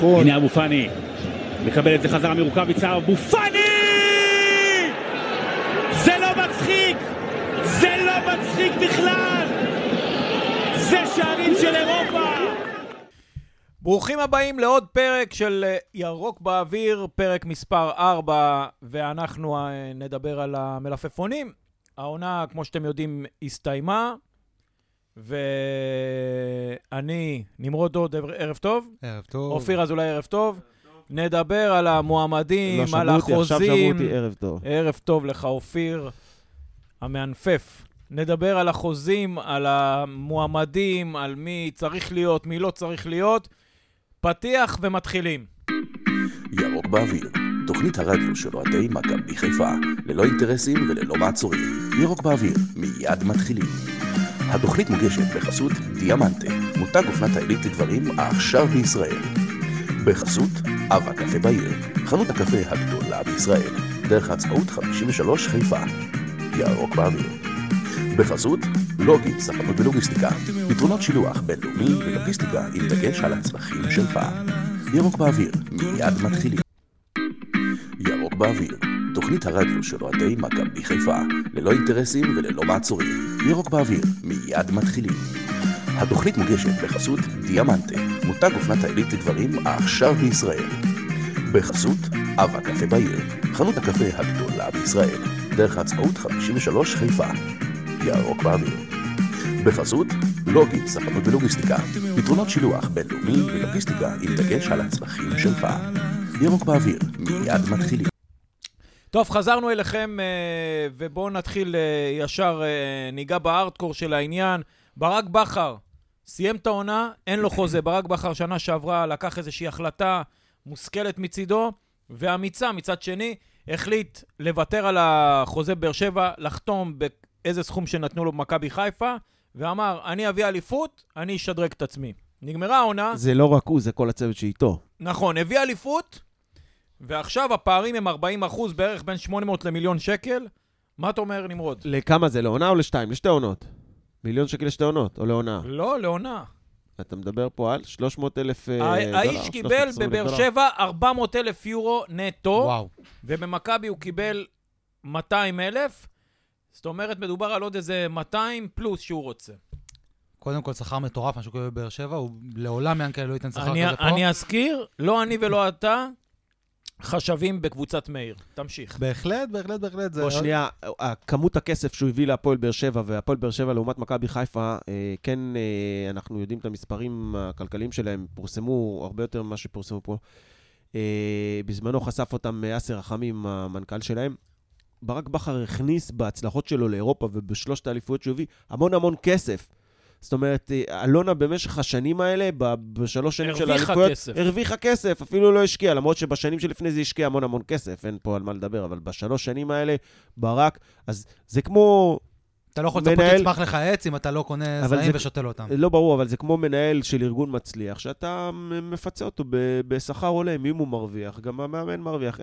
הנה אבו פאני, מקבל את זה חזרה מרוקאביצה, אבו פאני! זה לא מצחיק! זה לא מצחיק בכלל! זה שערים של אירופה! ברוכים הבאים לעוד פרק של ירוק באוויר, פרק מספר 4, ואנחנו נדבר על המלפפונים. העונה, כמו שאתם יודעים, הסתיימה, ואני, נמרוד דוד, ערב טוב. ערב טוב. אופיר אזולאי, ערב טוב. נדבר על המועמדים, לא על החוזים. עכשיו שמעו אותי, ערב טוב. ערב טוב לך, אופיר המענפף. נדבר על החוזים, על המועמדים, על מי צריך להיות, מי לא צריך להיות. פתיח ומתחילים. ירוק באוויר, תוכנית הרדיו של אוהדי מכבי חיפה, ללא אינטרסים וללא מעצורים. ירוק באוויר, מיד מתחילים. התוכנית מוגשת בחסות דיאמנטה, מותג אופנת העילית לגברים עכשיו בישראל. בחסות אבא קפה בעיר, חנות הקפה הגדולה בישראל, דרך העצמאות 53 חיפה. ירוק באוויר. בחסות לוגי, ספנות ולוגיסטיקה, פתרונות שילוח בינלאומי ולוגיסטיקה עם דגש על הצרכים שלך. ירוק באוויר, מיד מתחילים. ירוק באוויר, תוכנית הרדיו של אוהדי מכבי חיפה, ללא אינטרסים וללא מעצורים. ירוק באוויר, מיד מתחילים. התוכנית מוגשת בחסות דיאמנטה, מותג אופנת העילית לגברים עכשיו בישראל. בחסות אבא קפה בעיר, חנות הקפה הגדולה בישראל, דרך העצמאות 53 חיפה. ירוק באוויר. בחסות לוגי, ספנות ולוגיסטיקה, פתרונות שילוח בינלאומי ולוגיסטיקה עם דגש על הצרכים שלך. ירוק באוויר, מיד מתחילים. טוב, חזרנו אליכם, ובואו נתחיל ישר, ניגע בארדקור של העניין. ברק בכר סיים את העונה, אין לו חוזה. ברק בכר שנה שעברה לקח איזושהי החלטה מושכלת מצידו, ואמיצה מצד שני, החליט לוותר על החוזה באר שבע, לחתום באיזה סכום שנתנו לו במכבי חיפה, ואמר, אני אביא אליפות, אני אשדרג את עצמי. נגמרה העונה. זה לא רק הוא, זה כל הצוות שאיתו. נכון, הביא אליפות, ועכשיו הפערים הם 40% בערך בין 800 למיליון שקל. מה אתה אומר, נמרוד? לכמה זה, לעונה או לשתיים? לשתי עונות. מיליון שקל לשתי עונות, או לעונה? לא, לעונה. אתה מדבר פה על 300,000 דולר? האיש קיבל בבאר שבע 400,000 יורו נטו, וואו. ובמכבי הוא קיבל 200,000, זאת אומרת, מדובר על עוד איזה 200 פלוס שהוא רוצה. קודם כל, שכר מטורף, משהו כמו בבאר שבע, הוא לעולם ינקל לא ייתן שכר כזה פה. אני אזכיר, לא אני ולא אתה, חשבים בקבוצת מאיר. תמשיך. בהחלט. בוא שנייה, כמות הכסף שהוא הביא להפועל באר שבע, והפועל באר שבע לעומת מכבי חיפה, כן, אנחנו יודעים את המספרים הכלכליים שלהם, פורסמו הרבה יותר ממה שפורסמו פה. בזמנו חשף אותם אסר רחמים, המנכ"ל שלהם. ברק בכר הכניס בהצלחות שלו לאירופה ובשלושת האליפויות שהוא הביא המון כסף. זאת אומרת, אלונה במשך השנים האלה, בשלוש שנים של האליפויות, הרוויחה כסף, אפילו לא השקיע, למרות שבשנים שלפני זה השקיע המון כסף, אין פה על מה לדבר, אבל בשלוש שנים האלה, ברק, אז זה כמו... אתה לא יכול לצפות שצמח לך עץ אם אתה לא קונה זרעים ושותל אותם. לא ברור, אבל זה כמו מנהל של ארגון מצליח, שאתה מפצה אותו בשכר עולה, אם הוא מרוויח, גם המאמן מרוויח,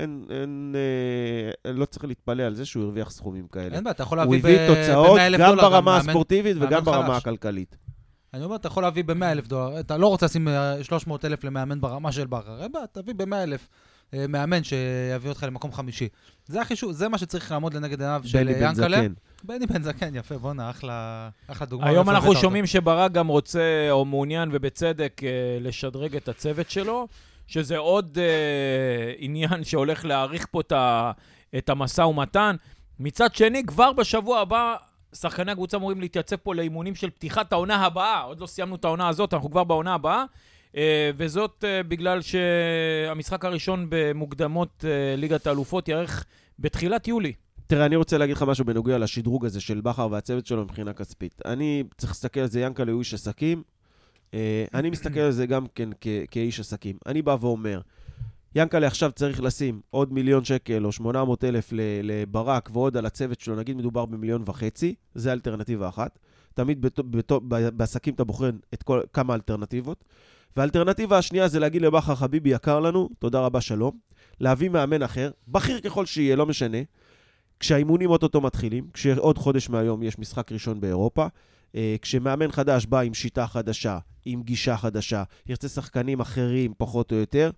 לא צריך להתפלא על זה שהוא הרוויח סכומים כאלה. אין בה, אתה יכול להביא הוא הביא תוצאות גם ברמה הספורטיבית וגם ברמה הכלכלית. אני אומר, אתה יכול להביא ב100,000 דולר, אתה לא רוצה לשים 300,000 למאמן ברמה של בכר, תביא ב100,000 מאמן שיביא אותך למקום חמישי. זה החישוב, זה מה שצריך לעמוד לנגד עיניו של ינקלה. בני בן זקן, יפה, בוא'נה, אחלה דוגמה. היום אנחנו שומעים שברק גם רוצה, או מעוניין ובצדק, לשדרג את הצוות שלו, שזה עוד עניין שהולך להאריך פה את המשא ומתן. מצד שני, כבר בשבוע הבא, שחקני הקבוצה אמורים להתייצב פה לאימונים של פתיחת העונה הבאה. עוד לא סיימנו את העונה הזאת, אנחנו כבר בעונה הבאה. וזאת בגלל שהמשחק הראשון במוקדמות ליגת האלופות יערך בתחילת יולי. תראה, אני רוצה להגיד לך משהו בנוגע לשדרוג הזה של בכר והצוות שלו מבחינה כספית. אני צריך להסתכל על זה, ינקלה הוא איש עסקים. אני מסתכל על זה גם כן כאיש עסקים. אני בא ואומר, ינקלה עכשיו צריך לשים עוד 1,000,000 שקל או 800,000 לברק ועוד על הצוות שלו, נגיד מדובר ב1.5 מיליון, זה אלטרנטיבה אחת. תמיד בעסקים אתה בוחר את כמה אלטרנטיבות. והאלטרנטיבה השנייה זה להגיד לבכר, חביבי יקר לנו, תודה רבה, שלום. להביא מאמן אחר, בכיר ככל שיהיה, לא משנה. כשהאימונים אותו מתחילים, כשעוד חודש מהיום יש משחק ראשון באירופה, כשמאמן חדש בא עם שיטה חדשה, עם גישה חדשה, ירצה שחקנים אחרים פחות או יותר,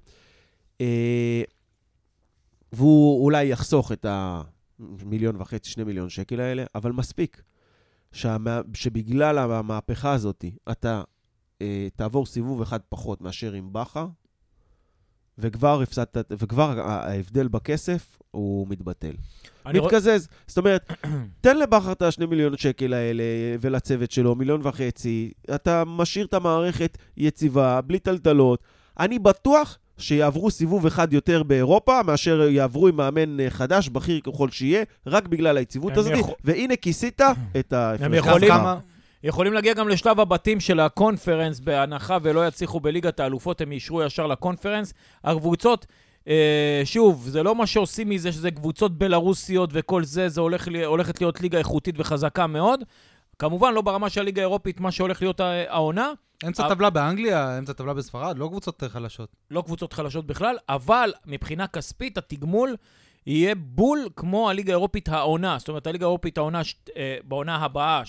והוא אולי יחסוך את ה1.5 מיליון, 2 מיליון שקל האלה, אבל מספיק שבגלל המהפכה הזאת אתה תעבור סיבוב אחד פחות מאשר עם בכר, וכבר ההבדל בכסף הוא מתבטל. מתקזז. זאת אומרת, תן לבכר את ה2 מיליון שקל האלה ולצוות שלו, 1.5 מיליון, אתה משאיר את המערכת יציבה, בלי טלטלות. אני בטוח שיעברו סיבוב אחד יותר באירופה, מאשר יעברו עם מאמן חדש, בכיר ככל שיהיה, רק בגלל היציבות הזאת, והנה כיסית את ההפרש. יכולים להגיע גם לשלב הבתים של הקונפרנס בהנחה ולא יצליחו בליגת האלופות, הם יישרו ישר לקונפרנס. הקבוצות, שוב, זה לא מה שעושים מזה שזה קבוצות בלרוסיות וכל זה, זה הולכת להיות ליגה איכותית וחזקה מאוד. כמובן לא ברמה של הליגה האירופית, מה שהולך להיות העונה. אמצע טבלה באנגליה, אמצע טבלה בספרד, לא קבוצות חלשות. לא קבוצות חלשות בכלל, אבל מבחינה כספית התגמול יהיה בול כמו הליגה האירופית העונה. זאת אומרת, הליגה האירופית העונה בעונה הבאה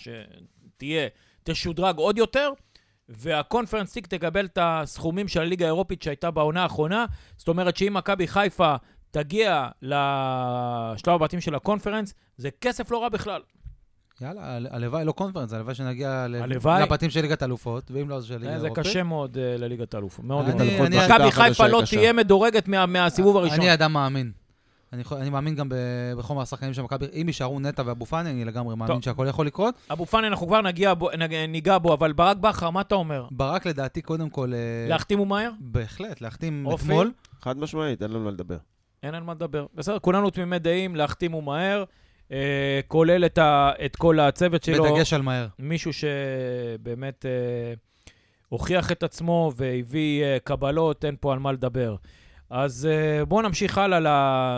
תשודרג עוד יותר, והקונפרנס ליג תקבל את הסכומים של הליגה האירופית שהייתה בעונה האחרונה. זאת אומרת שאם מכבי חיפה תגיע לשלב הבתים של הקונפרנס, זה כסף לא רע בכלל. יאללה, הלוואי לא קונפרנס, הלוואי שנגיע לבתים של ליגת האלופות, ואם לא זה של ליגה האירופית. זה קשה מאוד לליגת האלופות. מכבי חיפה לא תהיה מדורגת מהסיבוב הראשון. אני אדם מאמין. אני מאמין גם בחומר השחקנים של מכבי, אם יישארו נטע ואבו פאני, אני לגמרי מאמין שהכל יכול לקרות. אבו פאני אנחנו כבר ניגע בו, אבל ברק בכר, מה אתה אומר? ברק לדעתי קודם כל... להחתים ומהר? בהחלט, להחתים אתמול. חד משמעית, אין לנו מה לדבר. אין על מה לדבר. בסדר, כולנו תמימי דעים, להחתים ומהר, כולל את כל הצוות שלו. בדגש על מהר. מישהו שבאמת הוכיח את עצמו והביא קבלות, אין פה על מה לדבר. אז בואו נמשיך הלאה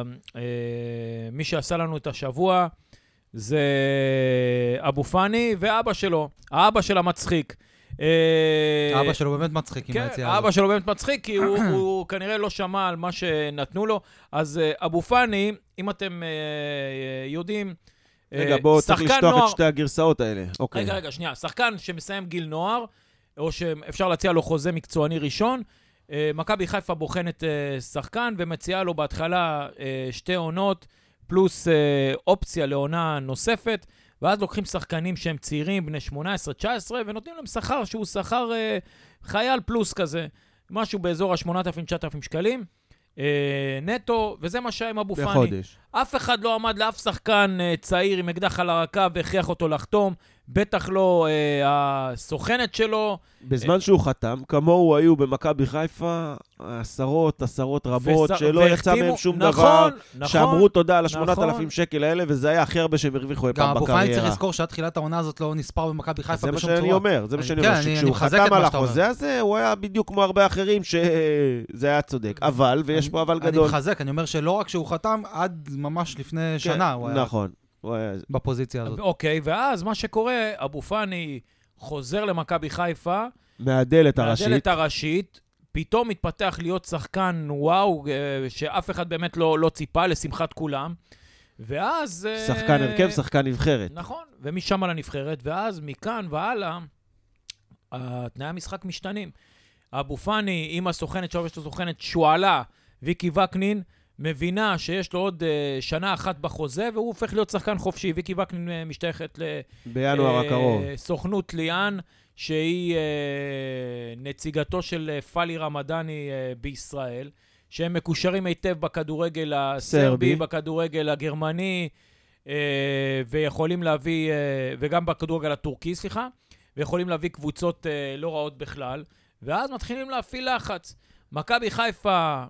מי שעשה לנו את השבוע, זה אבו פאני ואבא שלו, האבא של המצחיק. האבא שלו באמת מצחיק עם היציאה הזאת. האבא שלו באמת מצחיק, כי הוא כנראה לא שמע על מה שנתנו לו. אז אבו פאני, אם אתם יודעים, רגע, בואו צריך לשטוח את שתי הגרסאות האלה. רגע, שנייה. שחקן שמסיים גיל נוער, או שאפשר להציע לו חוזה מקצועני ראשון, מכבי חיפה בוחנת שחקן ומציעה לו בהתחלה 2 עונות פלוס אופציה לעונה נוספת, ואז לוקחים שחקנים שהם צעירים, בני 18-19, ונותנים להם שכר שהוא שכר חייל פלוס כזה, משהו באזור ה-8,000-9,000 שקלים נטו, וזה מה שהיה עם אבו פאני. בחודש. אף אחד לא עמד לאף שחקן צעיר עם אקדח על הרקה והכריח אותו לחתום, בטח לא הסוכנת שלו. בזמן שהוא חתם, כמוהו היו במכבי חיפה עשרות רבות, שלא יצא מהם שום דבר, שאמרו תודה על ה8,000 שקל האלה, וזה היה הכי הרבה שהם הרוויחו פעם בקריירה. גם אבו פאני צריך לזכור שעד תחילת העונה הזאת לא נספר במכבי חיפה בשום צורה. זה מה שאני אומר, שכשהוא חתם על החוזה הזה, הוא היה בדיוק כמו הרבה אחרים שזה היה צודק. אבל, ויש פה אבל גדול. אני מחזק, אני אומר שלא רק שהוא חתם, עד ממש לפני שנה הוא היה בפוזיציה הזאת. אוקיי, ואז מה שקורה, אבו פאני חוזר למכבי חיפה, מהדלת הראשית, פתאום מתפתח להיות שחקן וואו, שאף אחד באמת לא ציפה, לשמחת כולם, ואז... שחקן הרכב, שחקן נבחרת. נכון, ומשם על הנבחרת, ואז מכאן והלאה, תנאי המשחק משתנים. אבו פאני, עם הסוכנת, שיש לו סוכנת שואלה, ויקי וקנין, מבינה שיש לו עוד שנה אחת בחוזה, והוא הופך להיות שחקן חופשי. ויקי וקנין משתייכת בינואר הקרוב. סוכנות ליאן, שהיא נציגתו של פאלי רמדאני בישראל, שהם מקושרים היטב בכדורגל הסרבי, בכדורגל הגרמני, ויכולים להביא, וגם בכדורגל הטורקי, סליחה, ויכולים להביא קבוצות לא רעות בכלל, ואז מתחילים להפעיל לחץ. מכבי חיפה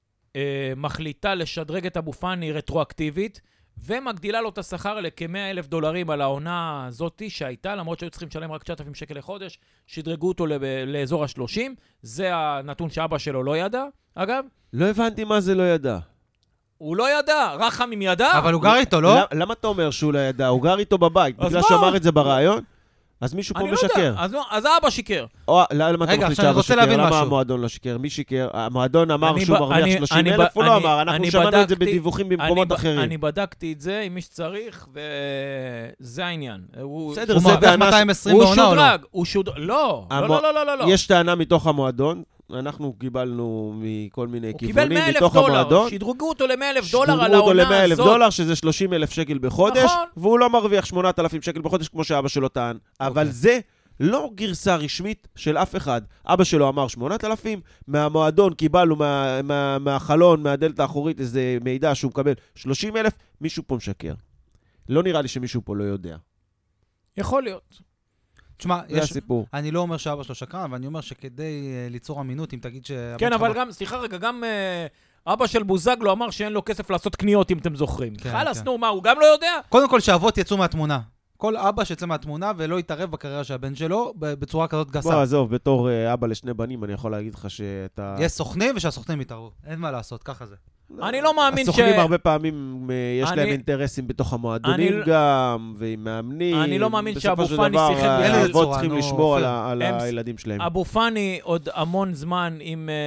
מחליטה לשדרג את אבו פאני רטרואקטיבית, ומגדילה לו את השכר לכ$100,000 על העונה הזאת שהייתה, למרות שהיו צריכים לשלם רק 9,000 שקל לחודש, שדרגו אותו לאזור ה-30. זה הנתון שאבא שלו לא ידע, אגב. לא הבנתי מה זה לא ידע. הוא לא ידע, רחמים ידע. אבל הוא גר איתו, לא? למה אתה אומר שהוא לא ידע? הוא גר איתו בבית, בגלל שאמר את זה ברעיון? אז מישהו פה אני לא משקר. יודע, אז האבא שיקר. למה אתה רגע, מחליט עכשיו אני שאבא רוצה שיקר? להבין למה משהו. המועדון לא שיקר? מי שיקר? המועדון אמר שהוא מרוויח אני 30,000, הוא לא אמר. אנחנו אני שמענו את זה בדקתי- בדיווחים במקומות אחרים. אני בדקתי את זה עם מי שצריך, וזה העניין. בסדר, הוא זה מרוויח טענה... 220 הוא בעונה או לא? שודרג, הוא שודרג, לא, לא. יש טענה מתוך המועדון, אנחנו קיבלנו מכל מיני הוא קיבל כיוונים 100,000 מתוך דולר, המועדון. שדרגו אותו ל100,000 דולר על שדרגו אותו העונה ל100,000 הזאת. דולר, שזה 30,000 שקל בחודש, נכון. והוא לא מרוויח 8,000 שקל בחודש, כמו שאבא שלו טען. אבל זה לא גרסה רשמית של אף אחד. אבא שלו אמר 8,000, מהמועדון קיבלנו מהחלון, מהדלת האחורית, איזה מידע שהוא מקבל 30,000, מישהו פה משקר. לא נראה לי שמישהו פה לא יודע. יכול להיות. תשמע, זה הסיפור. אני לא אומר שאבא שלו שקרן, אבל אני אומר שכדי ליצור אמינות, אם תגיד כן, אבל גם, סליחה רגע, גם אבא של בוזגלו אמר שאין לו כסף לעשות קניות, אם אתם זוכרים. כן, חלאס, כן. נו, מה, הוא גם לא יודע? קודם כל, שאבות יצאו מהתמונה. כל אבא שיצא מהתמונה ולא יתערב בקריירה של הבן שלו בצורה כזאת בוא, גסה. עזוב, בתור אבא לשני בנים, אני יכול להגיד לך שאתה... יש סוכנים ושהסוכנים יתערבו. אין מה לעשות, ככה זה. אני לא מאמין הסוכנים הרבה פעמים יש להם אינטרסים בתוך המועדונים גם, ועם מאמנים. אני לא מאמין בסופו שאבו של פאני דבר, שיחק בילד. האבות צריכים לשמור על הילדים שלהם. אבו פאני עוד המון זמן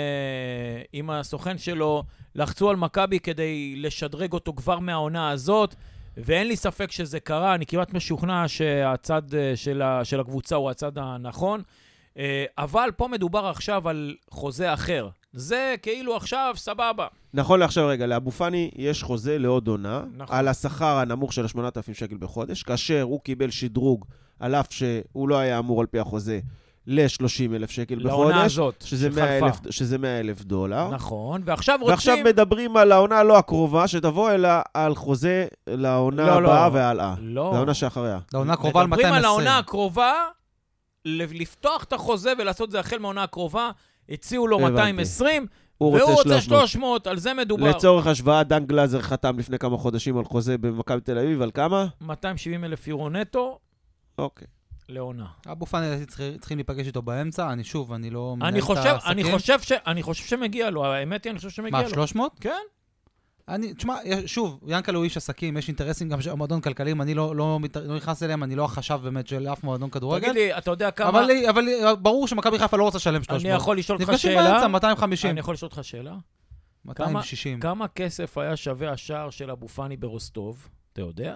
עם הסוכן שלו, לחצו על מכבי כדי לשדרג אותו כבר מהעונה הזאת, ואין לי ספק שזה קרה, אני כמעט משוכנע שהצד של הקבוצה הוא הצד הנכון, אבל פה מדובר עכשיו על חוזה אחר. זה כאילו עכשיו סבבה. נכון לעכשיו רגע, לאבו פאני יש חוזה לעוד עונה, נכון. על השכר הנמוך של 8,000 שקל בחודש, כאשר הוא קיבל שדרוג, על אף שהוא לא היה אמור על פי החוזה, ל-30,000 שקל בחודש. לעונה הזאת, שזה 100,000 דולר. נכון, ועכשיו רוצים... ועכשיו מדברים על העונה לא הקרובה, שתבוא אלא על חוזה לעונה הבאה והלאה. לא. לעונה שאחריה. לעונה הקרובה על 220. מדברים על העונה הקרובה, לפתוח את החוזה ולעשות זה החל מהעונה הקרובה, הציעו לו 220, והוא רוצה 300, על זה מדובר. לצורך השוואה, דן גלאזר חתם לפני כמה חודשים על חוזה במכבי תל אביב, על כמה? 270,000 יורו נטו. אוקיי. לעונה. אבו פאני צריכים להיפגש איתו באמצע, אני לא מנהל אני את העסקים. אני חושב שמגיע לו, האמת היא, אני חושב שמגיע לו. מה, 300? כן. תשמע, שוב, ינקל הוא איש עסקים, יש אינטרסים גם של מועדון כלכליים, אני לא נכנס אליהם, אני לא החשב באמת של אף מועדון כדורגל. תגיד לי, אתה יודע כמה... אבל ברור שמכבי חיפה לא רוצה לשלם 300. אני יכול לשאול אותך נפגשים שאלה? באמצע, 250. אני יכול לשאול אותך שאלה? 260. כמה כסף היה שווה השער של אבו פאני ברוסטוב? אתה יודע?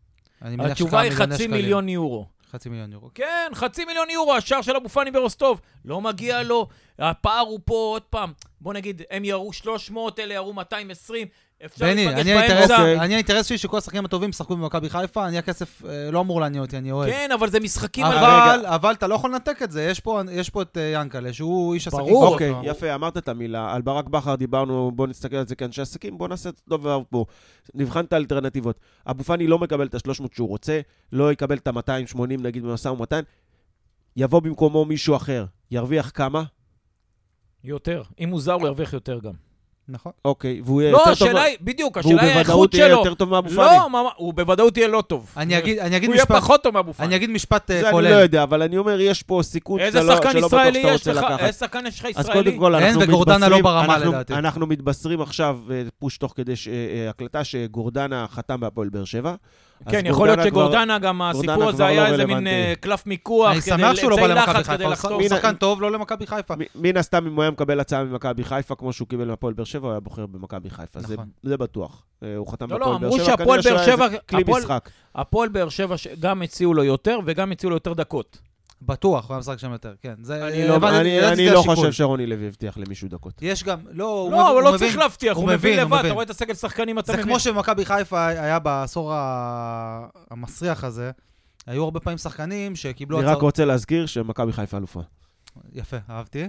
התשובה היא 500,000 יורו. 500,000 יורו. כן, 500,000 יורו, השער של אבו פאני ברוסטוב. לא מגיע לו, הפער הוא פה עוד פעם. בוא נגיד, הם יראו 300, אלה יראו 220. בני, אני האינטרס שלי שכל השחקנים הטובים שחקו במכבי חיפה, אני הכסף לא אמור לעניין אותי, אני אוהב. כן, אבל זה משחקים על... אבל אתה לא יכול לנתק את זה, יש פה את ינקלה, שהוא איש עסקים. ברור. אוקיי, יפה, אמרת את המילה. על ברק בכר דיברנו, בוא נסתכל על זה כאנשי עסקים, בוא נעשה את הדבר פה. נבחן את האלטרנטיבות. אבו פאני לא מקבל את ה-300 שהוא רוצה, לא יקבל את ה-280 נגיד במשא ומתן, יבוא במקומו מישהו אחר, ירוויח כמה? יותר. אם הוא זר, הוא ירוויח יותר גם. נכון. אוקיי, והוא יהיה לא, יותר טוב... השאלה היא, בדיוק, והוא השאלה היא האיכות בוודאות יהיה שלו. יותר טוב מאבו פאני. לא, הוא בוודאות יהיה לא טוב. אני אגיד הוא יהיה משפט... פחות טוב מאבו פאני. אני אגיד משפט זה אני כולל. לא יודע, אבל אני אומר, יש פה סיכון איזה שלא שחקן בטוח ישראלי שאתה יש רוצה לך? לקחת. איזה שחקן יש לך אז ישראלי? קודם כל, אין, וגורדנה לא ברמה לדעתי. אנחנו מתבשרים עכשיו, פוש תוך כדי הקלטה, שגורדנה חתם בהפועל באר שבע. כן, יכול להיות שגורדנה גם הסיפור הזה היה איזה מין קלף מיקוח. אני שמח שהוא לא בא למכבי חיפה, הוא לחתום. שחקן טוב, לא למכבי חיפה. מן הסתם, אם הוא היה מקבל הצעה ממכבי חיפה, כמו שהוא קיבל מהפועל באר שבע, הוא היה בוחר במכבי חיפה. זה בטוח. הוא חתם בהפועל באר שבע, שהפועל באר שבע, כלי משחק. הפועל באר שבע גם הציעו לו יותר, וגם הציעו לו יותר דקות. בטוח, הוא היה משחק שם יותר, כן. אני לא חושב שרוני לוי הבטיח למישהו דקות. יש גם, לא, אבל לא צריך להבטיח, הוא מבין לבד, אתה רואה את הסגל שחקנים, אתה מבין. זה כמו שמכבי חיפה היה בעשור המסריח הזה, היו הרבה פעמים שחקנים שקיבלו אני רק רוצה להזכיר שמכבי חיפה אלופה. יפה, אהבתי.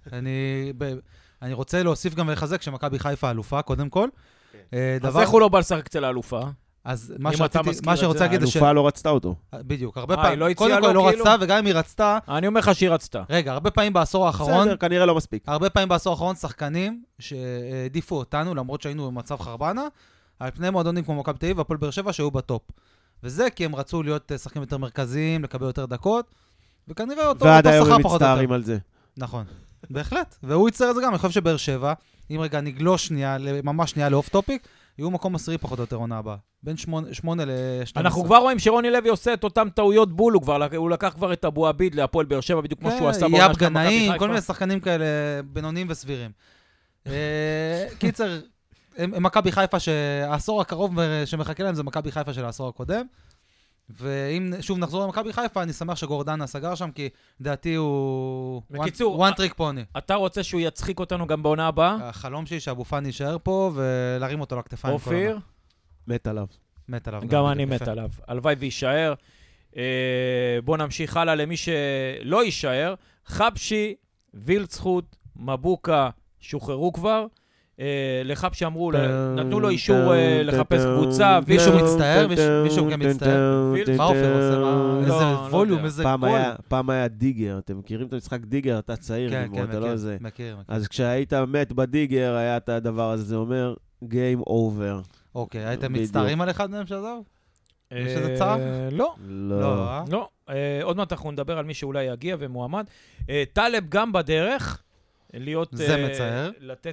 אני רוצה להוסיף גם ולחזק שמכבי חיפה אלופה, קודם כל. אז איך הוא לא בא לשחק אצל האלופה? אז מה שרוצה להגיד זה האלופה לא רצתה אותו. בדיוק, הרבה פעמים, לא קודם כל לא רצתה, וגם אם היא רצתה... אני אומר לך שהיא רצתה. רגע, הרבה פעמים בעשור האחרון... בסדר, כנראה לא מספיק. הרבה פעמים בעשור האחרון שחקנים שהעדיפו אותנו, למרות שהיינו במצב חרבנה, על פני מועדונים כמו מכבי תל אביב והפועל באר שבע שהיו בטופ. וזה כי הם רצו להיות שחקנים יותר מרכזיים, לקבל יותר דקות, וכנראה אותו ועד היום שכר הם פחות או יותר. מצטערים על זה. נכון, בהחלט. והוא יצטער את זה גם, אני חושב שבאר שבע, אם רגע נגלוש שנייה, ממש שנייה לאוף טופיק, יהיו מקום 10 פחות או יותר עונה הבאה. בין 8 ל-12. אנחנו כבר רואים שרוני לוי עושה את אותם טעויות בול, הוא לקח כבר את אבו עביד להפועל באר שבע, בדיוק כמו שהוא עשה בעונה של מכבי חיפה. כל מיני שחקנים כאלה בינוניים וסבירים. קיצר, מכבי חיפה שהעשור הקרוב שמחכה להם זה מכבי חיפה של העשור הקודם. ואם שוב נחזור למכבי חיפה, אני שמח שגורדנה סגר שם, כי דעתי הוא one trick pony. אתה רוצה שהוא יצחיק אותנו גם בעונה הבאה? החלום שלי שאבו פאני יישאר פה ולהרים אותו לכתפיים. אופיר? מת עליו. מת עליו. גם אני מת עליו. הלוואי ויישאר. בוא נמשיך הלאה למי שלא יישאר. חבשי, וילצחוט, מבוקה, שוחררו כבר. לחבשי אמרו, נתנו לו אישור לחפש קבוצה. מישהו מצטער? מישהו גם מצטער? מה אופיר עושה? איזה ווליום, איזה גול. פעם היה דיגר, אתם מכירים את המשחק דיגר? אתה צעיר, אתה לא זה. אז כשהיית מת בדיגר, היה את הדבר הזה, זה אומר Game Over. אוקיי, הייתם מצטערים על אחד מהם שעזב? יש איזה צער? לא. עוד מעט אנחנו נדבר על מי שאולי יגיע ומועמד. טלב גם בדרך. להיות... זה מצער.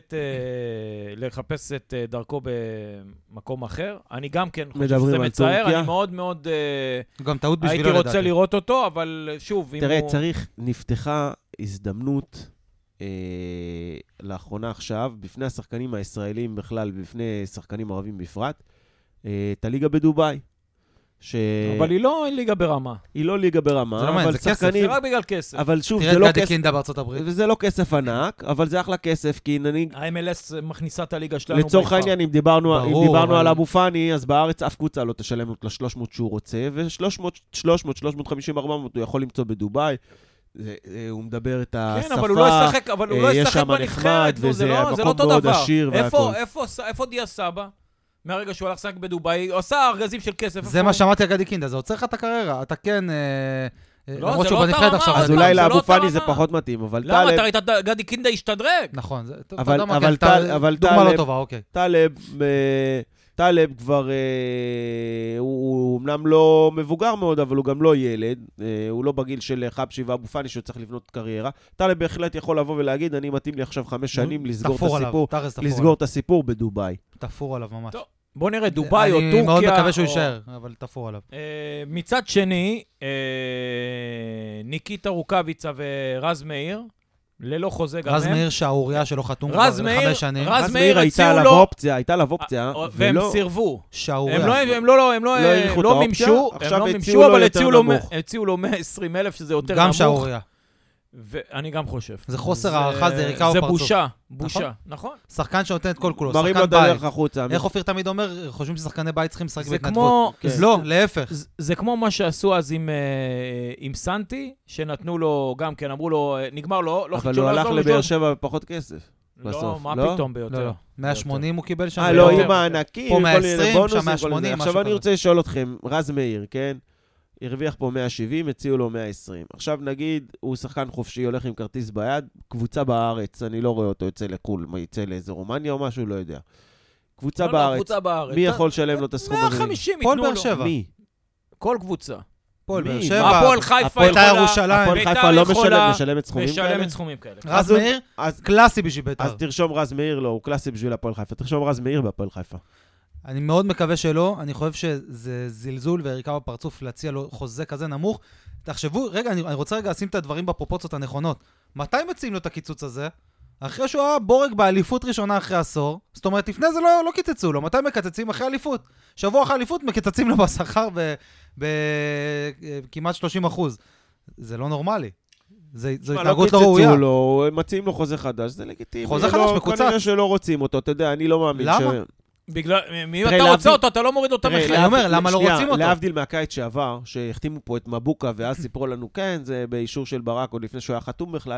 לחפש את דרכו במקום אחר. אני גם כן חושב שזה מצער. אני מאוד מאוד... גם טעות בשבילו לדעתי. הייתי רוצה לראות אותו, אבל שוב, תראה, נפתחה הזדמנות לאחרונה עכשיו, בפני השחקנים הישראלים בכלל, בפני שחקנים ערבים בפרט, את הליגה בדובאי. אבל היא לא ליגה ברמה. היא לא ליגה ברמה, אבל שחקנים... זה רק בגלל כסף. אבל שוב, זה לא כסף... תראה את גדי קינדה בארצות הברית. וזה לא כסף ענק, אבל זה אחלה כסף, כי נניג... ה-MLS מכניסה את הליגה שלנו. לצורך העניין, אם דיברנו על אבו פאני, אז בארץ אף קבוצה לא תשלם לו ל-300 שהוא רוצה, ו-300, 350, 400 הוא יכול למצוא בדובאי. הוא מדבר את השפה. כן, אבל הוא לא ישחק בנבחרת, זה לא אותו דבר. איפה דיה סבא? מהרגע שהוא הלך לשחק בדובאי, הוא עשה ארגזים של כסף. זה מה שאמרתי על גדי קינדה, זה עוצר לך את הקריירה. אתה כן, למרות שהוא בנבחרת עכשיו. אז אולי לאבו פאני זה פחות מתאים, אבל טלב... למה? אתה ראית גדי קינדה השתדרג? נכון, אבל דוגמה לא טובה, אוקיי. טלב כבר, הוא אמנם לא מבוגר מאוד, אבל הוא גם לא ילד. הוא לא בגיל של חבשי ואבו פאני שהוא צריך לבנות קריירה. טלב בהחלט יכול לבוא ולהגיד, אני מתאים לי עכשיו 5 שנים לסגור את הסיפור בדובאי. תפור עליו ממש. בוא נראה, דובאי או טורקיה. אני מאוד מקווה שהוא יישאר, אבל תפור עליו. מצד שני, ניקיטה רוקביצה ורז מאיר, ללא חוזה גם הם. רז מאיר שהאוריה שלו חתום כבר ל5 שנים. רז מאיר הייתה לו אופציה, והם סירבו. שהאוריה. הם לא מימשו, אבל הציעו לו 120,000, שזה יותר נמוך. גם שהאוריה. ואני גם חושב. זה חוסר הערכה, זה יריקה או פרצוף. זה בושה, נכון? שחקן שנותן את כל כולו, מראים לו דרך החוצה. איך אופיר תמיד אומר, חושבים ששחקני בית צריכים לשחק בהתנדבות. לא, להפך. זה כמו מה שעשו אז עם סנטי, שנתנו לו, גם כן, אמרו לו, נגמר לו, לא אבל הוא הלך לבאר שבע בפחות כסף. לא, מה פתאום ביותר? 180 הוא קיבל שם. לא, עם הענקים, פה 120, שם 180. עכשיו אני רוצה לשאול אתכם, רז מאיר, כן? הרוויח פה 170, הציעו לו 120. עכשיו נגיד, הוא שחקן חופשי, הולך עם כרטיס ביד, קבוצה בארץ, אני לא רואה אותו יוצא לקול, מה יצא לאיזה רומניה או משהו, לא יודע. קבוצה בארץ, מי יכול לשלם לו את הסכום הזה? 150 ייתנו לו. פועל באר שבע. מי? כל קבוצה. פועל באר שבע. הפועל חיפה יכולה. הפועל חיפה לא משלמת סכומים כאלה. רז מאיר, קלאסי בשביל בית"ר. אז תרשום רז מאיר, לא, הוא קלאסי בשביל הפועל חיפה. תרשום רז מאיר בהפועל חיפה. אני מאוד מקווה שלא, אני חושב שזה זלזול ויריקה בפרצוף להציע לו חוזה כזה נמוך. תחשבו, רגע, אני רוצה רגע לשים את הדברים בפרופורציות הנכונות. מתי מציעים לו את הקיצוץ הזה? אחרי שהוא היה בורג באליפות ראשונה אחרי עשור, זאת אומרת, לפני זה לא קיצצו לו. מתי מקצצים? אחרי אליפות. שבוע אחרי אליפות מקצצים לו בשכר בכמעט 30%. זה לא נורמלי. זו התנהגות לא ראויה. לא קיצצו לו, מציעים לו חוזה חדש, זה לגיטימי. חוזה חדש מקוצץ. כנראה שלא רוצים אותו, אתה יודע, אני לא מאמין למה? בגלל, אם אתה רוצה אותו, אתה לא מוריד אותו מחיר. אני אומר, למה לא רוצים אותו? להבדיל מהקיץ שעבר, שהחתימו פה את מבוקה, ואז סיפרו לנו, כן, זה באישור של ברק, עוד לפני שהוא היה חתום בכלל,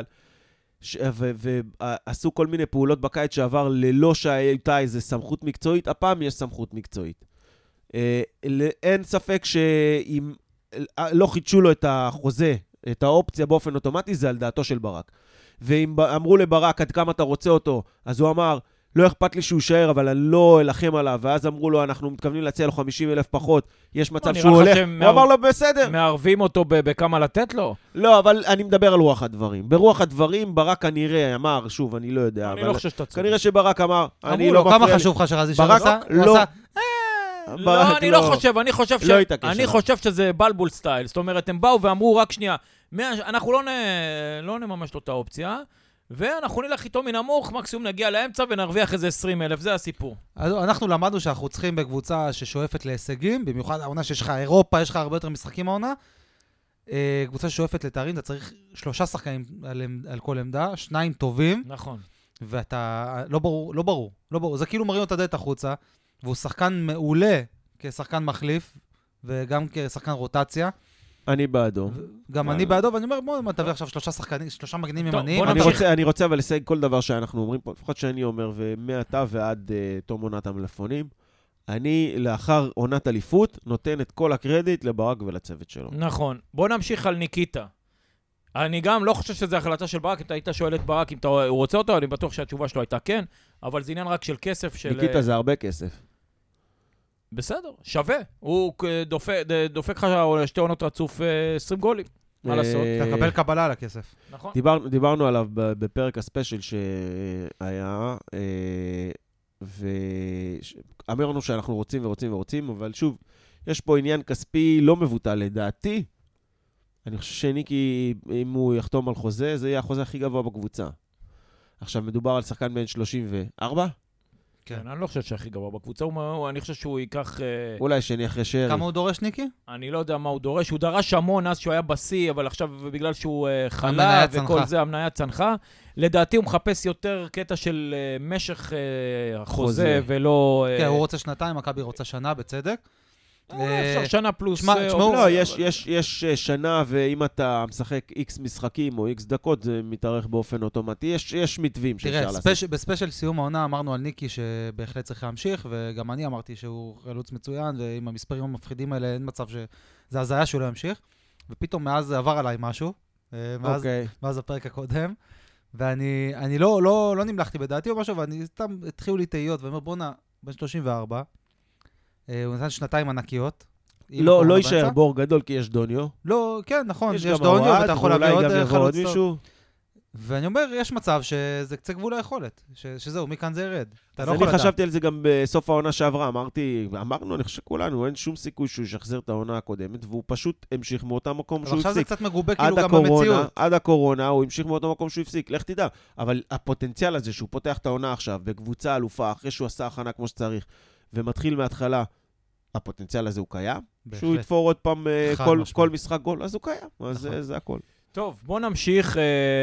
ועשו כל מיני פעולות בקיץ שעבר, ללא שהייתה איזו סמכות מקצועית, הפעם יש סמכות מקצועית. אין ספק שאם לא חידשו לו את החוזה, את האופציה באופן אוטומטי, זה על דעתו של ברק. ואם אמרו לברק עד כמה אתה רוצה אותו, אז הוא אמר, לא אכפת לי שהוא יישאר, אבל אני לא אלחם עליו, ואז אמרו לו, אנחנו מתכוונים להציע לו 50,000 פחות, יש מצב שהוא הולך, הוא אמר לו, בסדר. מערבים אותו בכמה לתת לו? לא, אבל אני מדבר על רוח הדברים. ברוח הדברים, ברק כנראה אמר, שוב, אני לא יודע, אני לא חושב שאתה צודק. כנראה שברק אמר, אני אמרו לא לו, מפריע לי. כמה חשוב לך שרזי ברק שעשה? לא. לא, אני לא חושב, אני חושב שזה בלבול סטייל. זאת אומרת, הם באו ואמרו, רק שנייה, אנחנו לא נממש לו את האופציה, ואנחנו נלך איתו מנמוך, מקסימום נגיע לאמצע ונרוויח איזה 20,000, זה הסיפור. אנחנו למדנו שאנחנו צריכים בקבוצה ששואפת להישגים, במיוחד העונה שיש לך אירופה, יש לך הרבה יותר משחקים העונה, קבוצה ששואפת לתארים, אתה צריך 3 שחקנים על כל עמדה, 2 טובים. נכון. ואתה, לא ברור. זה כאילו מרים אותה דלת החוצה, והוא שחקן מעולה כשחקן מחליף, וגם כשחקן רוטציה. אני בעדו. גם אני בעדו, ואני אומר, בוא תביא עכשיו 3 מגנים ימניים. אני רוצה אבל לסייג כל דבר שאנחנו אומרים פה, לפחות שאני אומר, ומעתה ועד תום עונת המלפפונים, אני לאחר עונת אליפות נותן את כל הקרדיט לברק ולצוות שלו. נכון. בוא נמשיך על ניקיטה. אני גם לא חושב שזו החלטה של ברק, אם אתה היית שואל את ברק אם הוא רוצה אותו, אני בטוח שהתשובה שלו הייתה כן, אבל זה עניין רק של כסף. ניקיטה זה הרבה כסף. בסדר, שווה. הוא דופק לך 2 עונות רצוף 20 גולים. מה לעשות? תקבל קבלה על הכסף. נכון. דיברנו עליו בפרק הספיישל שהיה, ואמרנו שאנחנו רוצים, אבל שוב, יש פה עניין כספי לא מבוטל לדעתי. אני חושב שניקי, אם הוא יחתום על חוזה, זה יהיה החוזה הכי גבוה בקבוצה. עכשיו, מדובר על שחקן בין 34? כן, אני לא חושב שהכי גבוה בקבוצה, אני חושב שהוא ייקח... אולי שני אחרי שרי. כמה הוא דורש, ניקי? אני לא יודע מה הוא דורש, הוא דרש המון אז שהוא היה בסי, אבל עכשיו בגלל שהוא חלה וכל זה, המניה צנחה. לדעתי הוא מחפש יותר קטע של משך החוזה ולא... כן, הוא רוצה 2, מכבי רוצה שנה, בצדק. אפשר שנה פלוס... לא, יש שנה, ואם אתה משחק X משחקים או X דקות, זה מתארך באופן אוטומטי. יש מתווים שאפשר לעשות. תראה, בספיישל סיום העונה אמרנו על ניקי שבהחלט צריך להמשיך, וגם אני אמרתי שהוא חלוץ מצוין, ועם המספרים המפחידים האלה אין מצב שזה הזיה שהוא לא ימשיך. ופתאום מאז עבר עליי משהו, מאז הפרק הקודם, ואני לא נמלכתי בדעתי או משהו, ואני סתם התחילו לי תהיות, ואומר בונה, בן 34, הוא נתן 2 ענקיות. לא יישאר בור גדול כי יש דוניו. לא, כן, נכון, יש דוניו, ואתה יכול להביא עוד חלוץ טוב. ואני אומר, יש מצב שזה קצה גבול היכולת, שזהו, מכאן זה ירד. אז אני חשבתי על זה גם בסוף העונה שעברה, אמרנו, אני חושב שכולנו, אין שום סיכוי שהוא ישחזר את העונה הקודמת, והוא פשוט המשיך מאותה מקום שהוא הפסיק. עכשיו זה קצת מגובה כאילו גם במציאות. עד הקורונה הוא המשיך מאותו מקום שהוא הפסיק, לך תדע. אבל הפוטנציאל הזה שהוא פותח את העונה עכשיו, בקבוצה אלופה, אחרי שהוא עשה הכנה כמו שצריך, ומתחיל מההתחלה, הפוטנציאל הזה הוא קיים. שהוא יתפור עוד פעם כל משחק גול, אז הוא קיים. אז זה הכל. טוב, בוא נמשיך.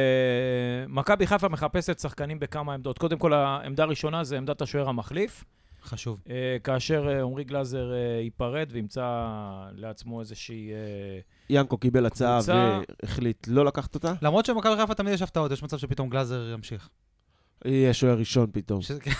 מכבי חיפה מחפשת שחקנים בכמה עמדות. קודם כל, העמדה הראשונה זה עמדת השוער המחליף. חשוב. כאשר עומרי גלאזר ייפרד וימצא לעצמו איזושהי... ינקו קיבל הצעה והחליט לא לקחת אותה. למרות שמכבי חיפה תמיד יש הפתעות, יש מצב שפתאום גלאזר ימשיך. יהיה שוער ראשון פתאום.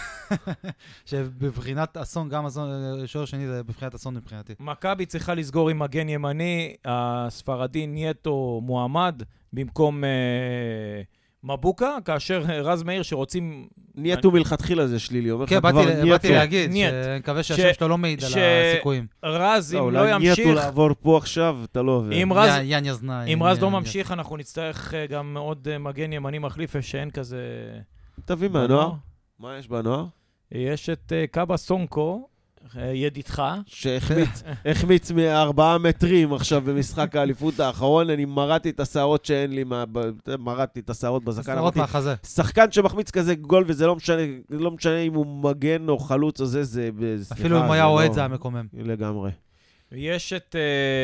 שבבחינת אסון, גם שוער שני זה בבחינת אסון מבחינתי. מכבי צריכה לסגור עם מגן ימני, הספרדי נייטו מועמד, במקום מבוקה, כאשר רז מאיר שרוצים... נייטו מלכתחילה זה שלילי, אומר לך כבר נייטו. כן, באתי להגיד, נייט. שאני מקווה שהשם שלו לא מעיד על הסיכויים. רז, אם לא ימשיך... נייטו לעבור פה עכשיו, אתה לא עובר. אם רז לא ממשיך, אנחנו נצטרך גם עוד מגן ימני מחליף, שאין כזה... תביא מהנוער. מה יש בנוער? יש את קאבה סונקו, ידידך. שהחמיץ מ4 מטרים עכשיו במשחק האליפות האחרון. אני מרדתי את השערות שאין לי, מרדתי את השערות בזקן. השערות מהחזה. שחקן שמחמיץ כזה גול, וזה לא משנה אם הוא מגן או חלוץ או זה... אפילו אם הוא היה אוהד זה המקומם. לגמרי. יש את...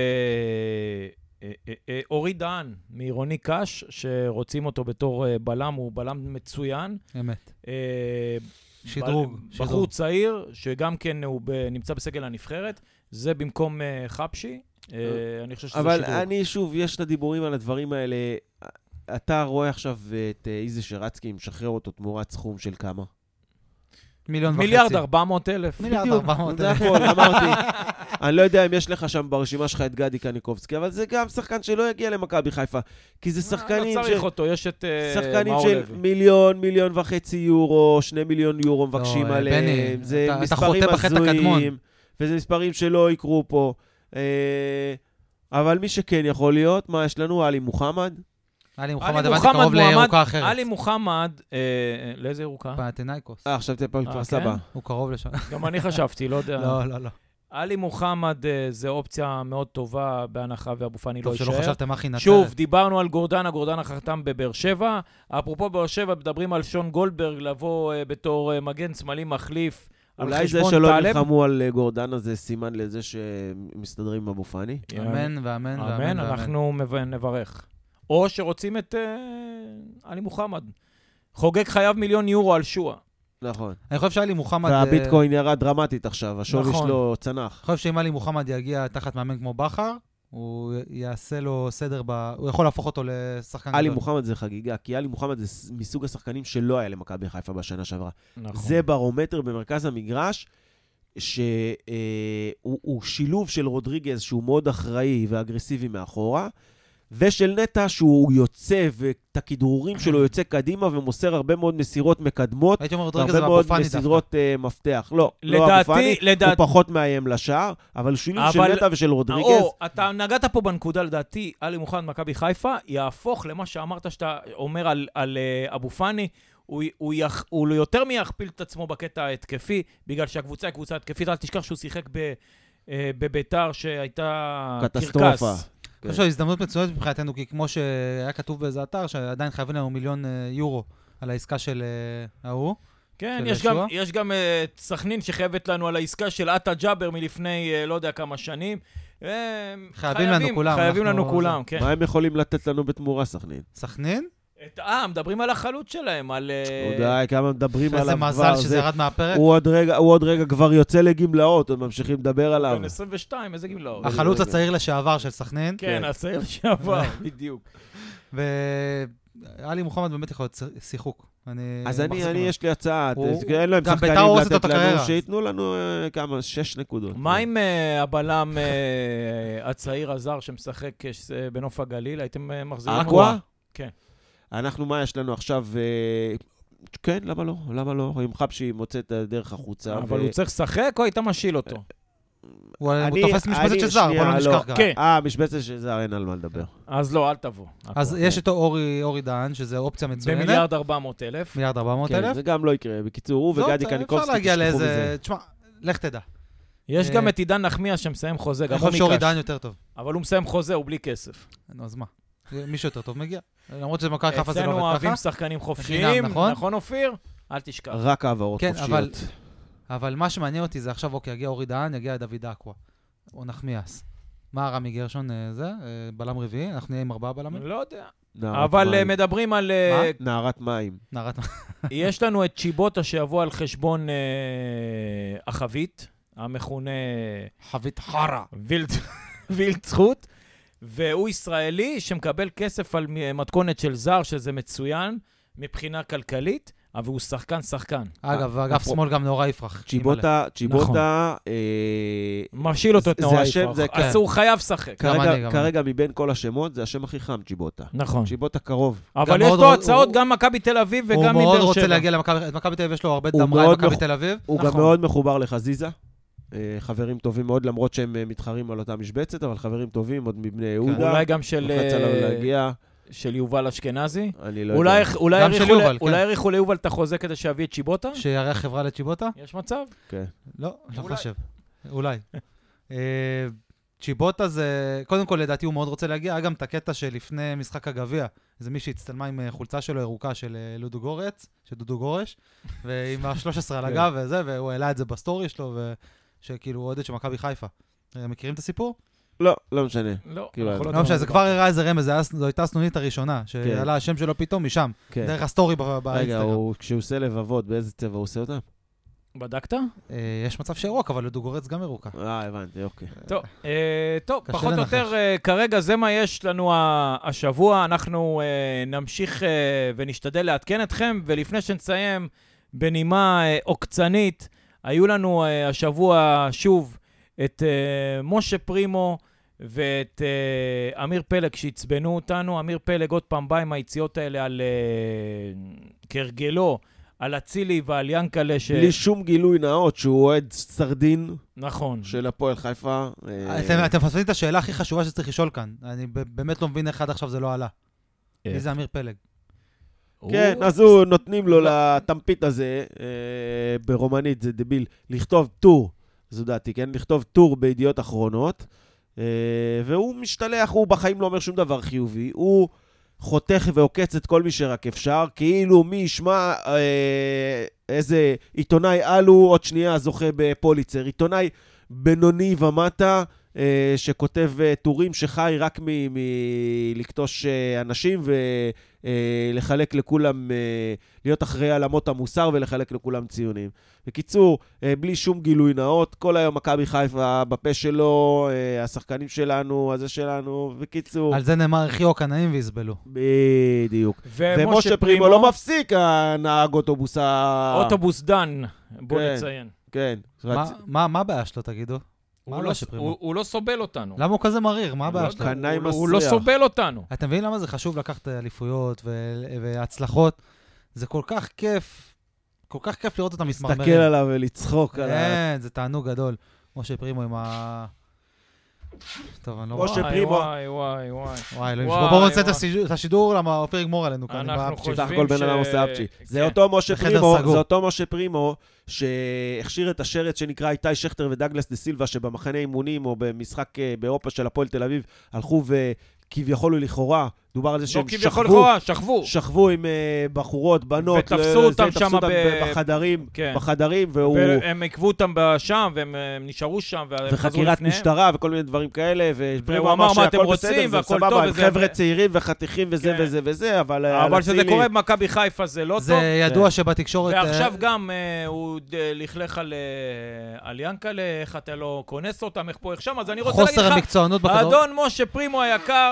אורי דהן מעירוני קש, שרוצים אותו בתור בלם, הוא בלם מצוין. אמת. שדרוג. בחור צעיר, שגם כן הוא נמצא בסגל הנבחרת, זה במקום חפשי. אני חושב שזה אבל שדרוג. אני שוב, יש את הדיבורים על הדברים האלה. אתה רואה עכשיו את איזה שרצקי משחרר אותו תמורת סכום של כמה? 1.5 מיליון. 1,400,000. 1,400,000. זה הכל, אמרתי. אני לא יודע אם יש לך שם ברשימה שלך את גדי קניקובסקי, אבל זה גם שחקן שלא יגיע למכבי חיפה, כי זה שחקנים לא צריך אותו, יש את שחקנים מאור של לוי. 1.5 מיליון יורו, 2 מיליון יורו מבקשים עליהם, זה מספרים הזויים, וזה מספרים שלא יקרו פה. אבל מי שכן יכול להיות, מה יש לנו? עלי מוחמד? עלי מוחמד, הבנתי קרוב לירוקה אחרת. עלי מוחמד, לאיזה ירוקה? פנתנייקוס. עכשיו תהיה פעם כבר סבא. הוא קרוב לשם. גם אני חשבתי, לא יודע. לא. עלי מוחמד זה אופציה מאוד טובה בהנחה ואבו פאני לא יישאר. טוב שלא חשבתם אחי נצרת. שוב, דיברנו על גורדנה, גורדנה חתם בבאר שבע. אפרופו באר שבע, מדברים על שון גולדברג לבוא בתור מגן שמאלי מחליף. אולי זה שלא נלחמו על גורדנה זה סימן לזה שמסתדרים עם אבו פאני. אמן ואמן ואמן. אנחנו נברך. או שרוצים את עלי מוחמד. חוגג חייב 1,000,000 יורו על שואה. נכון. אני חושב שעלי מוחמד... והביטקוין ירד דרמטית עכשיו, השווי שלו צנח. אני חושב שאם עלי מוחמד יגיע תחת מאמן כמו בכר, הוא יעשה לו סדר הוא יכול להפוך אותו לשחקן גדול. עלי מוחמד זה חגיגה, כי עלי מוחמד זה מסוג השחקנים שלא היה למכבי חיפה בשנה שעברה. נכון. זה ברומטר במרכז המגרש, שהוא שילוב של רודריגז שהוא מאוד אחראי ואגרסיבי מאחורה, ושל נטע שהוא יוצא, ואת הכדרורים שלו יוצא קדימה, ומוסר הרבה מאוד מסירות מקדמות, הייתי אומר רודריגז הרבה מאוד ואבו פאני מסירות מפתח. לא אבו פאני, הוא פחות מאיים לשער, אבל שילוב של נטע ושל רודריגז. אתה נגעת פה בנקודה, לדעתי, עלי מוחמד מכבי חיפה, יהפוך למה שאמרת שאתה אומר על אבו פאני, הוא יותר מיכפיל את עצמו בקטע ההתקפי, בגלל שהקבוצה היא קבוצה התקפית, אל תשכח שהוא שיחק בביתר שהייתה קטסטרופה. אני חושב שהזדמנות מצוינת מבחינתנו, כי כמו שהיה כתוב באיזה אתר, שעדיין חייבים לנו 1,000,000 יורו על העסקה של ההוא. כן, יש גם סכנין שחייבת לנו על העסקה של עטה ג'אבר מלפני לא יודע כמה שנים. חייבים לנו כולם. חייבים לנו כולם, כן. מה הם יכולים לתת לנו בתמורה, סכנין? סכנין? מדברים על החלוץ שלהם, על... ודאי, כמה מדברים עליו כבר. איזה מזל שזה ירד מהפרק. הוא עוד רגע כבר יוצא לגמלאות, עוד ממשיכים לדבר עליו. בן 22, איזה גמלאות? החלוץ הצעיר לשעבר של סכנין. כן, הצעיר לשעבר, בדיוק. ועלי מוחמד באמת יכול להיות שיחוק. אז אני יש לי הצעה, אין להם גם שחקנים בית"ר עושה לתת את לנו, הקריירה. שיתנו לנו כמה, 6 נקודות. מה עם הבלם הצעיר הזר שמשחק בנוף הגליל? הייתם מחזירים? אקווה? כן. אנחנו, מה יש לנו עכשיו? כן, למה לא? למה לא? עם חבשי מוצא את הדרך החוצה. אבל הוא צריך לשחק או היית משיל אותו? הוא תופס משבצת של זר, בוא לא נשכח גם. משבצת של זר, אין על מה לדבר. אז לא, אל תבוא. אז יש את אורי דהן, שזה אופציה מצוינת. ב1,400,000. 1,400,000. כן, זה גם לא יקרה. בקיצור, הוא וגדי קניקובסקי אפשר להגיע לאיזה... תשמע, לך תדע. יש גם את עידן נחמיאס שמסיים חוזה, גם הוא אני חושב שאורי דהן יותר טוב. אבל הוא מסיים חוזה, הוא בלי כסף. נו, אז מה? מישהו יותר טוב מגיע. למרות שזה מכבי חיפה זה לא עובד ככה. אצלנו אוהבים שחקנים חופשיים, נכון אופיר? אל תשכח. רק העברות חופשיות. אבל מה שמעניין אותי זה עכשיו, אוקיי, יגיע אורי דהן, יגיע דוד אקווה. או נחמיאס. מה רמי גרשון זה? בלם רביעי? אנחנו נהיה עם 4 בלמים? לא יודע. אבל מדברים על... נערת מים. יש לנו את צ'יבוטה שיבוא על חשבון החבית, המכונה... חבית חרה. וילד זכות. והוא ישראלי שמקבל כסף על מתכונת של זר, שזה מצוין מבחינה כלכלית, אבל הוא שחקן. אגב, אגף שמאל גם נורא יפרח. צ'יבוטה... משיל אותו את נורא יפרח. אז הוא חייב שחק. כרגע מבין כל השמות, זה השם הכי חם, צ'יבוטה. נכון. צ'יבוטה קרוב. אבל יש לו הצעות גם מכבי תל אביב וגם מבאר שבע. הוא מאוד רוצה להגיע למכבי תל אביב, יש לו הרבה דמרה עם מכבי תל אביב. הוא גם מאוד מחובר לחזיזה. חברים טובים מאוד, למרות שהם מתחרים על אותה משבצת, אבל חברים טובים, עוד מבני יהודה. אולי גם של יובל אשכנזי. אני לא יודע. אולי יריחו ליובל את החוזה כדי שיביא את צ'יבוטה? שיראה חברה לצ'יבוטה? יש מצב? כן. לא חושב. אולי. צ'יבוטה זה, קודם כל לדעתי הוא מאוד רוצה להגיע, היה גם את הקטע שלפני משחק הגביע, זה מי שהצטלמה עם חולצה שלו ירוקה של דודו גורש, ועם ה-13 על הגב וזה, והוא העלה את זה בסטורי שלו, שכאילו הוא עודד של מכבי חיפה. מכירים את הסיפור? לא משנה. לא משנה, זה כבר הראה איזה רמז, זו הייתה הסנונית הראשונה, שעלה השם שלו פתאום משם, דרך הסטורי באינסטגרם. רגע, כשהוא עושה לבבות, באיזה צבע הוא עושה אותם? בדקת? יש מצב שירוק, אבל לדו גורץ גם ירוקה. הבנתי, אוקיי. טוב, פחות או יותר, כרגע זה מה יש לנו השבוע, אנחנו נמשיך ונשתדל לעדכן אתכם, ולפני שנסיים בנימה עוקצנית, היו לנו השבוע שוב את משה פרימו ואת אמיר פלג שהצבנו אותנו. אמיר פלג עוד פעם בא עם היציאות האלה על כרגלו, על אצילי ועל ינקלה בלי שום גילוי נאות שהוא אוהד סרדין. נכון. של הפועל חיפה. אתם מפספסים את השאלה הכי חשובה שצריך לשאול כאן. אני באמת לא מבין איך עד עכשיו זה לא עלה. מי זה אמיר פלג? כן, אז הוא נותנים לו לתמפית הזה, ברומנית זה דביל, לכתוב טור, זו דעתי, כן? לכתוב טור בידיעות אחרונות, והוא משתלח, הוא בחיים לא אומר שום דבר חיובי, הוא חותך ועוקץ את כל מי שרק אפשר, כאילו מי ישמע איזה עיתונאי אלו, עוד שנייה זוכה בפוליצר, עיתונאי בינוני ומטה, שכותב טורים שחי רק מלקטוש אנשים ולחלק לכולם, להיות אחראי על אמות המוסר ולחלק לכולם ציונים. בקיצור, בלי שום גילוי נאות, כל היום מכבי חיפה בפה שלו, השחקנים שלנו, הזה שלנו, בקיצור. על זה נאמר חיו קנאים ויסבלו. בדיוק. ומשה פרימו לא מפסיק, הנהג אוטובוס אוטובוס דן, בוא נציין. כן. מה הבעיה שלו, תגידו? הוא לא סובל אותנו. למה הוא כזה מריר? מה הבעיה שלו? הוא לא סובל אותנו. אתם מבינים למה זה חשוב לקחת אליפויות והצלחות? זה כל כך כיף, כל כך כיף לראות אותם מתמרמרים. להסתכל עליו ולצחוק עליו. כן, זה תענוג גדול. משה פרימו עם ה... טוב, אני לא... משה פרימו. וואי. בואו נצא את השידור, למה אופיר יגמור עלינו כאן. אנחנו חושבים סך הכל בן אדם עושה אפצ'י. זה אותו משה פרימו שהכשיר את השרץ שנקרא איתי שכטר ודגלס דה סילבה, שבמחנה אימונים או במשחק באירופה של הפועל תל אביב הלכו וכביכול לכאורה, דובר על זה שהם שכבו עם בחורות, בנות, ותפסו אותם שם בחדרים, והם עקבו אותם שם, והם נשארו שם, וחקירת משטרה וכל מיני דברים כאלה, והוא אמר מה אתם רוצים, והכל טוב, הם חבר'ה צעירים וחתיכים וזה וזה וזה, אבל שזה קורה במכבי חיפה זה לא טוב. זה ידוע שבתקשורת... ועכשיו גם הוא לכלך על ינקלה, איך אתה לא כונס אותם, איך פה, איך שם, אז אני רוצה להגיד לך, האדון משה פרימו היקר,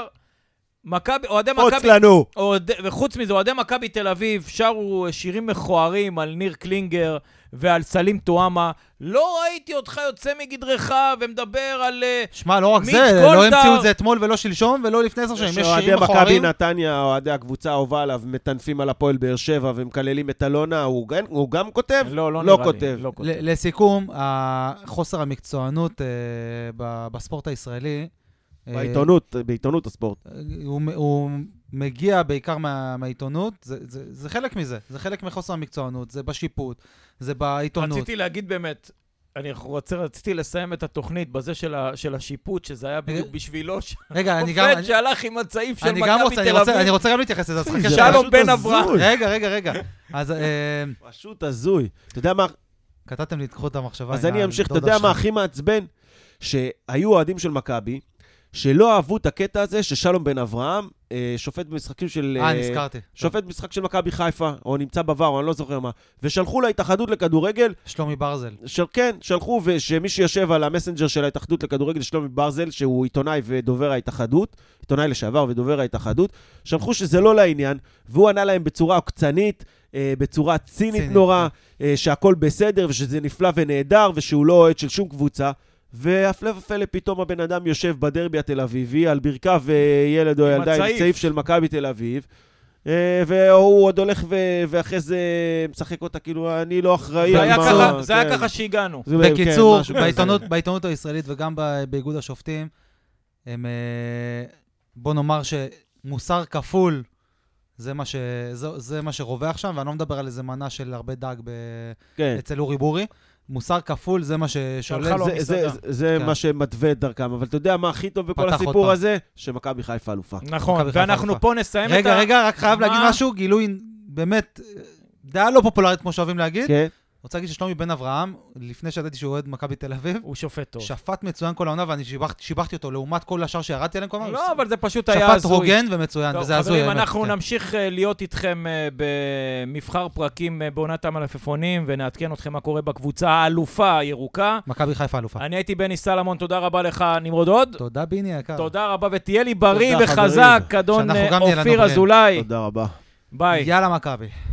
וחוץ מזה, אוהדי מכבי תל אביב שרו שירים מכוערים על ניר קלינגר ועל סלים טועמה. לא ראיתי אותך יוצא מגדרך ומדבר על שמע, לא רק זה, לא המציאו את זה אתמול ולא שלשום ולא לפני 10 שנים. יש שירים מכוערים. מכבי נתניה, אוהדי הקבוצה האהובה עליו, מטנפים על הפועל באר שבע ומקללים את אלונה, הוא גם כותב? לא כותב. לסיכום, חוסר המקצוענות בספורט הישראלי, בעיתונות הספורט. הוא מגיע בעיקר מהעיתונות, זה חלק מזה, זה חלק מחוסר המקצוענות, זה בשיפוט, זה בעיתונות. רציתי להגיד באמת, רציתי לסיים את התוכנית בזה של השיפוט, שזה היה בדיוק בשבילו, עובד שהלך עם הצעיף של מכבי תל אביב. אני רוצה גם להתייחס לזה. שלום בן אברהם. רגע. פשוט הזוי. אתה יודע מה? קטעתם לי תקחו את המחשבה. אז אני אמשיך, אתה יודע מה הכי מעצבן? שהיו אוהדים של מכבי, שלא אהבו את הקטע הזה ששלום בן אברהם, שופט במשחקים של... נזכרתי. שופט במשחק של מכבי חיפה, או נמצא בבר, או אני לא זוכר מה, ושלחו להתאחדות לכדורגל... שלומי ברזל. כן, שלחו, ושמי שיושב על המסנג'ר של ההתאחדות לכדורגל, שלומי ברזל, שהוא עיתונאי ודובר ההתאחדות, עיתונאי לשעבר ודובר ההתאחדות, שלחו שזה לא לעניין, והוא ענה להם בצורה עוקצנית, בצורה צינית נורא, שהכל בסדר, ושזה נפלא ונהדר, ושהוא לא אוהד של שום קבוצה. והפלא ופלא פתאום הבן אדם יושב בדרבי התל אביבי, על ברכיו ילד או ילדה עם צעיף של מכבי תל אביב, והוא עוד הולך ואחרי זה משחק אותה, כאילו אני לא אחראי. זה היה ככה שהגענו. בקיצור, בעיתונות הישראלית וגם באיגוד השופטים, בוא נאמר שמוסר כפול, זה מה שרווח שם, ואני לא מדבר על איזה מנה של הרבה דג אצל אורי בורי. מוסר כפול, זה מה ששולט. זה מה שמתווה את דרכם, אבל אתה יודע מה הכי טוב בכל הסיפור הזה? שמכבי חיפה אלופה. נכון, ואנחנו פה נסיים את רגע, רק חייב להגיד משהו, גילוי באמת, דעה לא פופולרית כמו שאוהבים להגיד. כן. רוצה להגיד ששלומי בן אברהם, לפני שידעתי שהוא אוהד מכבי תל אביב, הוא שופט טוב. שפט מצוין כל העונה, ואני שיבחתי אותו לעומת כל השאר שירדתי עליהם כל הזמן. לא, אבל זה פשוט היה הזוי. שפט הוגן ומצוין, וזה הזוי. חברים, אנחנו נמשיך להיות איתכם במבחר פרקים בעונת המלפפונים, ונעדכן אתכם מה קורה בקבוצה האלופה הירוקה. מכבי חיפה אלופה. אני הייתי בני סלמון, תודה רבה לך, נמרוד עוד. תודה ביני יקר. תודה רבה, ותהיה לי בריא וחזק, אדון אופיר אזולאי. תודה רבה. ביי. יאללה מכבי.